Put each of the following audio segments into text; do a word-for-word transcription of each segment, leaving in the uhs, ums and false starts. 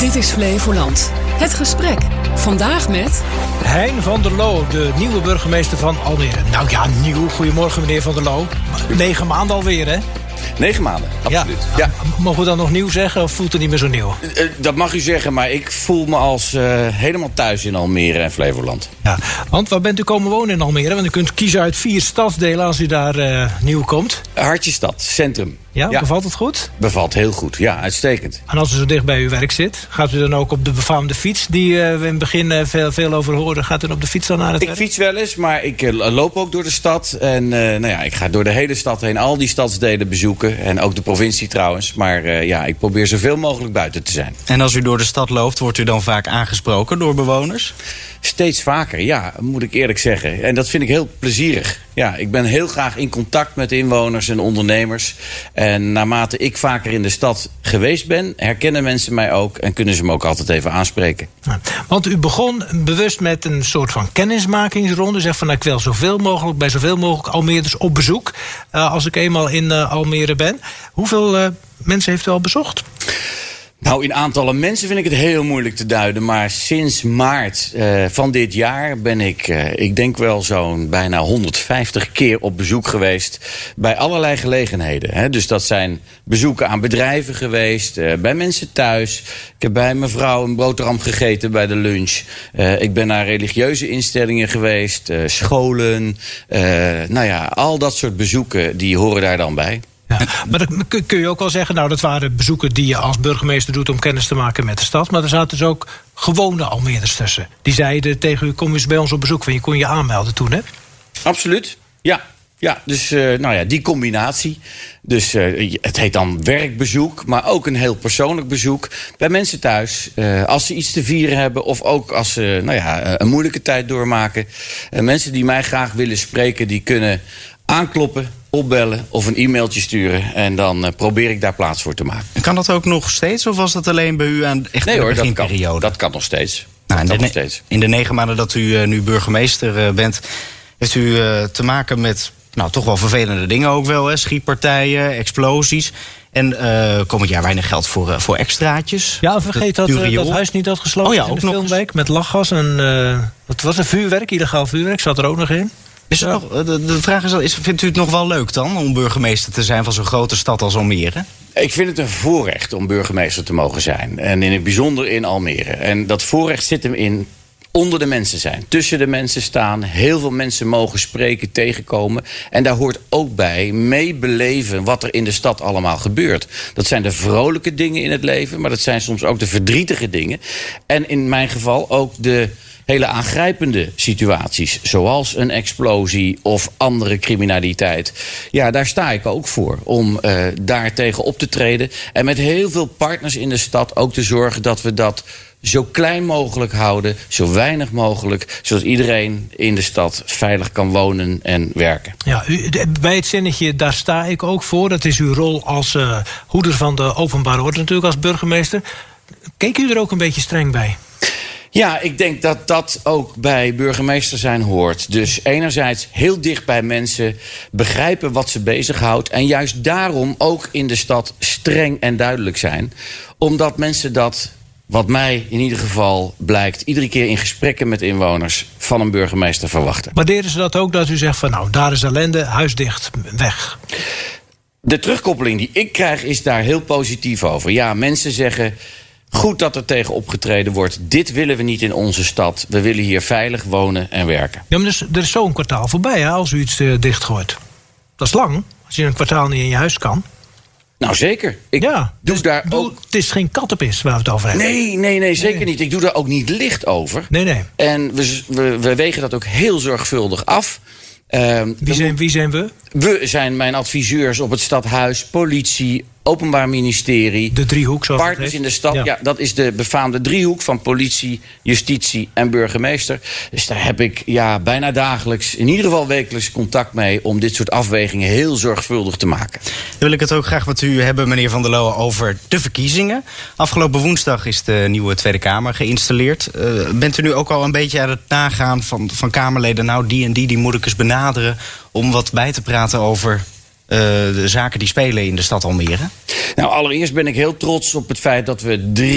Dit is Flevoland. Het gesprek. Vandaag met Hein van der Loo, de nieuwe burgemeester van Almere. Nou ja, nieuw. Goedemorgen, meneer van der Loo. Negen maanden alweer, hè? Negen maanden, absoluut. Ja. Ja. Mogen we dan nog nieuw zeggen of voelt het niet meer zo nieuw? Uh, dat mag u zeggen, maar ik voel me als uh, helemaal thuis in Almere en Flevoland. Ja, want waar bent u komen wonen in Almere? Want u kunt kiezen uit vier stadsdelen als u daar uh, nieuw komt. Hartjestad, centrum. Ja, ja, bevalt het goed? Bevalt heel goed, ja, uitstekend. En als u zo dicht bij uw werk zit, gaat u dan ook op de befaamde fiets... die uh, we in het begin uh, veel, veel over hoorden, gaat u dan op de fiets dan naar het ik werk? Ik fiets wel eens, maar ik uh, loop ook door de stad. En uh, nou ja, ik ga door de hele stad heen al die stadsdelen bezoeken. En ook de provincie trouwens. Maar uh, ja, ik probeer zoveel mogelijk buiten te zijn. En als u door de stad loopt, wordt u dan vaak aangesproken door bewoners? Steeds vaker, ja, moet ik eerlijk zeggen. En dat vind ik heel plezierig. Ja, ik ben heel graag in contact met inwoners en ondernemers. En naarmate ik vaker in de stad geweest ben, herkennen mensen mij ook en kunnen ze me ook altijd even aanspreken. Ja, want u begon bewust met een soort van kennismakingsronde. Zegt van, nou, ik wil zoveel mogelijk bij zoveel mogelijk Almeerders op bezoek. Uh, als ik eenmaal in uh, Almere ben. Hoeveel uh, mensen heeft u al bezocht? Nou, in aantallen mensen vind ik het heel moeilijk te duiden. Maar sinds maart uh, van dit jaar ben ik, uh, ik denk wel zo'n bijna honderdvijftig keer op bezoek geweest. Bij allerlei gelegenheden. Hè. Dus dat zijn bezoeken aan bedrijven geweest. Uh, bij mensen thuis. Ik heb bij mijn vrouw een boterham gegeten bij de lunch. Uh, ik ben naar religieuze instellingen geweest. Uh, scholen. Uh, nou ja, al dat soort bezoeken, die horen daar dan bij. Ja, maar dan kun je ook wel zeggen, nou, dat waren bezoeken die je als burgemeester doet om kennis te maken met de stad. Maar er zaten dus ook gewone Almeerders tussen. Die zeiden tegen u, kom eens bij ons op bezoek. Want je kon je aanmelden toen, hè? Absoluut, ja. Ja, dus uh, nou ja, die combinatie. Dus uh, het heet dan werkbezoek, maar ook een heel persoonlijk bezoek. Bij mensen thuis, uh, als ze iets te vieren hebben... of ook als ze nou ja, een moeilijke tijd doormaken. Uh, mensen die mij graag willen spreken, die kunnen aankloppen, opbellen of een e-mailtje sturen. En dan uh, probeer ik daar plaats voor te maken. Kan dat ook nog steeds of was dat alleen bij u aan echt nee, de hoor, beginperiode? Dat kan, dat kan nog steeds. Nou, in, dat de nog ne- steeds. in de negen maanden dat u uh, nu burgemeester uh, bent... heeft u uh, te maken met nou, toch wel vervelende dingen ook wel. Hè? Schietpartijen, explosies. En uh, komend jaar weinig geld voor, uh, voor extraatjes. Ja, vergeet dat, uh, dat huis niet had gesloten oh ja, in ook de nog filmweek. Eens. Met lachgas en uh, wat was het, vuurwerk, illegaal vuurwerk. Zat er ook nog in. Is het ja. nog, de, de vraag is, is, vindt u het nog wel leuk dan om burgemeester te zijn van zo'n grote stad als Almere? Ik vind het een voorrecht om burgemeester te mogen zijn. En in het bijzonder in Almere. En dat voorrecht zit hem in onder de mensen zijn. Tussen de mensen staan. Heel veel mensen mogen spreken, tegenkomen. En daar hoort ook bij meebeleven wat er in de stad allemaal gebeurt. Dat zijn de vrolijke dingen in het leven. Maar dat zijn soms ook de verdrietige dingen. En in mijn geval ook de hele aangrijpende situaties, zoals een explosie of andere criminaliteit. Ja, daar sta ik ook voor, om uh, daar tegen op te treden. En met heel veel partners in de stad ook te zorgen dat we dat zo klein mogelijk houden, zo weinig mogelijk, zodat iedereen in de stad veilig kan wonen en werken. Ja, u, bij het zinnetje, daar sta ik ook voor. Dat is uw rol als uh, hoeder van de openbare orde natuurlijk, als burgemeester. Keek u er ook een beetje streng bij? Ja, ik denk dat dat ook bij burgemeester zijn hoort. Dus enerzijds heel dicht bij mensen, begrijpen wat ze bezighoudt en juist daarom ook in de stad streng en duidelijk zijn. Omdat mensen dat, wat mij in ieder geval blijkt, iedere keer in gesprekken met inwoners van een burgemeester verwachten. Waarderen ze dat ook, dat u zegt van nou, daar is ellende, huis dicht, weg? De terugkoppeling die ik krijg is daar heel positief over. Ja, mensen zeggen, goed dat er tegen opgetreden wordt. Dit willen we niet in onze stad. We willen hier veilig wonen en werken. Ja, maar dus, er is zo'n kwartaal voorbij, hè, als u iets uh, dichtgooit. Dat is lang, als je een kwartaal niet in je huis kan. Nou, zeker. Ik ja, doe dus, daar bedoel, ook... Het is geen kattenpis waar we het over hebben. Nee, nee, nee, zeker nee. niet. Ik doe daar ook niet licht over. Nee, nee. En we, we, we wegen dat ook heel zorgvuldig af. Uh, wie, zijn, wie zijn we? We zijn mijn adviseurs op het stadhuis, politie, Openbaar Ministerie. De driehoek, zoals partners het in de stad. Ja. ja, dat is de befaamde driehoek van politie, justitie en burgemeester. Dus daar heb ik ja, bijna dagelijks, in ieder geval wekelijks contact mee om dit soort afwegingen heel zorgvuldig te maken. Dan wil ik het ook graag met u hebben, meneer Van der Loo, over de verkiezingen. Afgelopen woensdag is de nieuwe Tweede Kamer geïnstalleerd. Uh, bent u nu ook al een beetje aan het nagaan van, van Kamerleden, nou die en die, die moet ik eens benaderen om wat bij te praten over Uh, de zaken die spelen in de stad Almere? Nou, allereerst ben ik heel trots op het feit dat we drie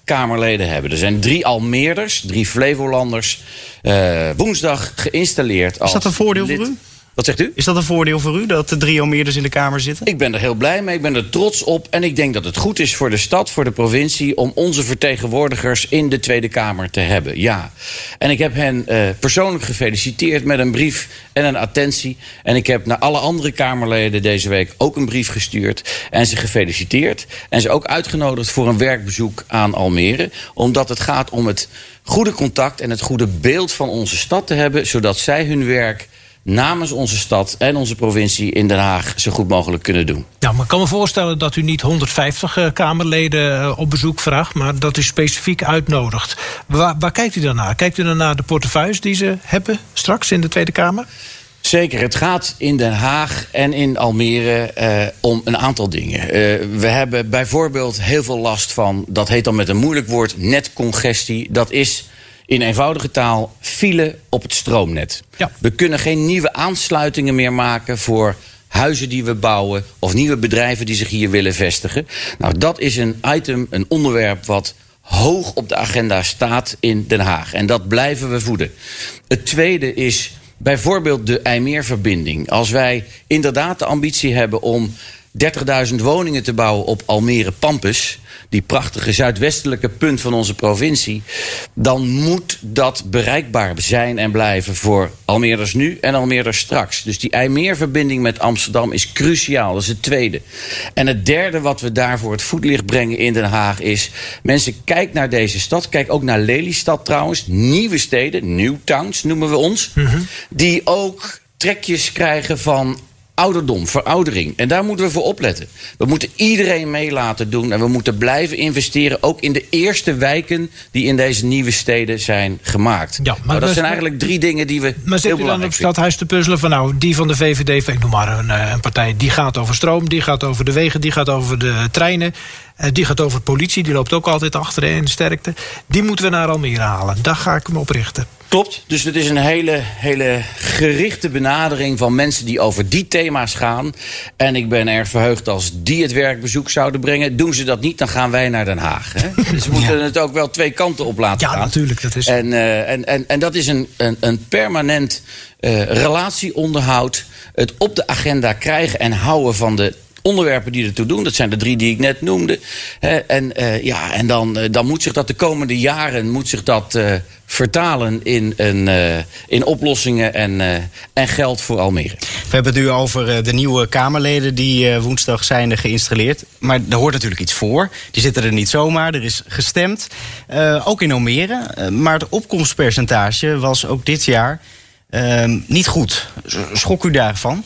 Kamerleden hebben. Er zijn drie Almeerders, drie Flevolanders, uh, woensdag geïnstalleerd. Is dat een voordeel lid. voor u? Wat zegt u? Is dat een voordeel voor u, dat de drie Almeerders in de Kamer zitten? Ik ben er heel blij mee, ik ben er trots op. En ik denk dat het goed is voor de stad, voor de provincie, om onze vertegenwoordigers in de Tweede Kamer te hebben. Ja. En ik heb hen uh, persoonlijk gefeliciteerd met een brief en een attentie. En ik heb naar alle andere Kamerleden deze week ook een brief gestuurd. En ze gefeliciteerd. En ze ook uitgenodigd voor een werkbezoek aan Almere. Omdat het gaat om het goede contact en het goede beeld van onze stad te hebben, zodat zij hun werk namens onze stad en onze provincie in Den Haag zo goed mogelijk kunnen doen. Ja, maar ik kan me voorstellen dat u niet honderdvijftig uh, Kamerleden uh, op bezoek vraagt, maar dat u specifiek uitnodigt. Waar, waar kijkt u dan naar? Kijkt u dan naar de portefeuilles die ze hebben straks in de Tweede Kamer? Zeker, het gaat in Den Haag en in Almere uh, om een aantal dingen. Uh, we hebben bijvoorbeeld heel veel last van, dat heet dan met een moeilijk woord, netcongestie. Dat is in eenvoudige taal file op het stroomnet. Ja. We kunnen geen nieuwe aansluitingen meer maken voor huizen die we bouwen of nieuwe bedrijven die zich hier willen vestigen. Nou, dat is een item, een onderwerp wat hoog op de agenda staat in Den Haag. En dat blijven we voeden. Het tweede is bijvoorbeeld de IJmeerverbinding. Als wij inderdaad de ambitie hebben om dertigduizend woningen te bouwen op Almere Pampus, die prachtige zuidwestelijke punt van onze provincie, dan moet dat bereikbaar zijn en blijven voor Almeerders nu en Almeerders straks. Dus die IJmeerverbinding met Amsterdam is cruciaal. Dat is het tweede. En het derde wat we daar voor het voetlicht brengen in Den Haag is, mensen, kijk naar deze stad. Kijk ook naar Lelystad trouwens. Nieuwe steden, new towns noemen we ons. Mm-hmm. Die ook trekjes krijgen van ouderdom, veroudering. En daar moeten we voor opletten. We moeten iedereen mee laten doen en we moeten blijven investeren, ook in de eerste wijken die in deze nieuwe steden zijn gemaakt. Ja, maar nou, dat zijn eigenlijk drie dingen die we maar heel belangrijk vinden. Maar zit u dan op stadhuis te puzzelen van, nou, die van de V V D, ik noem maar een, een partij, die gaat over stroom, die gaat over de wegen, die gaat over de treinen, die gaat over politie, die loopt ook altijd achterin in de sterkte. Die moeten we naar Almere halen. Daar ga ik me op richten. Klopt, dus het is een hele, hele gerichte benadering van mensen die over die thema's gaan. En ik ben erg verheugd als die het werkbezoek zouden brengen. Doen ze dat niet, dan gaan wij naar Den Haag. Hè? Dus we moeten ja. het ook wel twee kanten op laten ja, gaan. Ja, natuurlijk. Dat is... en, uh, en, en, en dat is een, een, een permanent uh, relatieonderhoud. Het op de agenda krijgen en houden van de onderwerpen die ertoe doen. Dat zijn de drie die ik net noemde. He, en uh, ja, en dan, uh, dan moet zich dat de komende jaren moet zich dat uh, vertalen in, een, uh, in oplossingen en, uh, en geld voor Almere. We hebben het nu over uh, de nieuwe Kamerleden die uh, woensdag zijn geïnstalleerd. Maar er hoort natuurlijk iets voor. Die zitten er niet zomaar. Er is gestemd. Uh, ook in Almere. Uh, maar het opkomstpercentage was ook dit jaar uh, niet goed. Schrok u daarvan?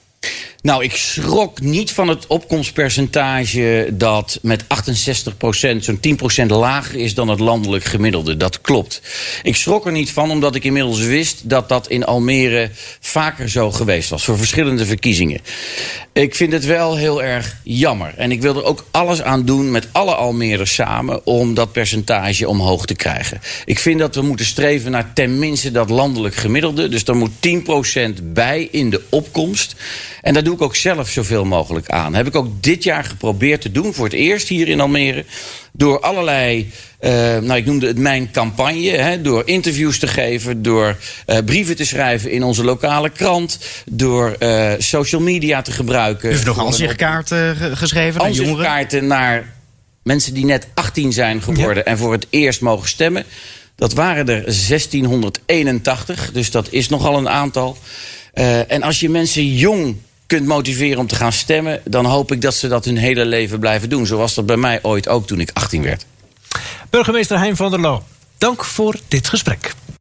Nou, ik schrok niet van het opkomstpercentage dat met achtenzestig procent, zo'n tien procent lager is dan het landelijk gemiddelde. Dat klopt. Ik schrok er niet van, omdat ik inmiddels wist dat dat in Almere vaker zo geweest was, voor verschillende verkiezingen. Ik vind het wel heel erg jammer. En ik wil er ook alles aan doen met alle Almeerders samen om dat percentage omhoog te krijgen. Ik vind dat we moeten streven naar tenminste dat landelijk gemiddelde. Dus er moet tien procent bij in de opkomst. En daar doe ik ook zelf zoveel mogelijk aan. Heb ik ook dit jaar geprobeerd te doen, voor het eerst hier in Almere, door allerlei, uh, nou ik noemde het mijn campagne, hè, door interviews te geven, door uh, brieven te schrijven in onze lokale krant, door uh, social media te gebruiken. U heeft nog ansichtkaarten uh, geschreven naar jongeren? Ansichtkaarten naar mensen die net achttien zijn geworden, ja, en voor het eerst mogen stemmen. Dat waren er zestienhonderdeenentachtig, dus dat is nogal een aantal. Uh, en als je mensen jong kunt motiveren om te gaan stemmen, dan hoop ik dat ze dat hun hele leven blijven doen. Zo was dat bij mij ooit ook toen ik achttien werd. Burgemeester Hein van der Loo, dank voor dit gesprek.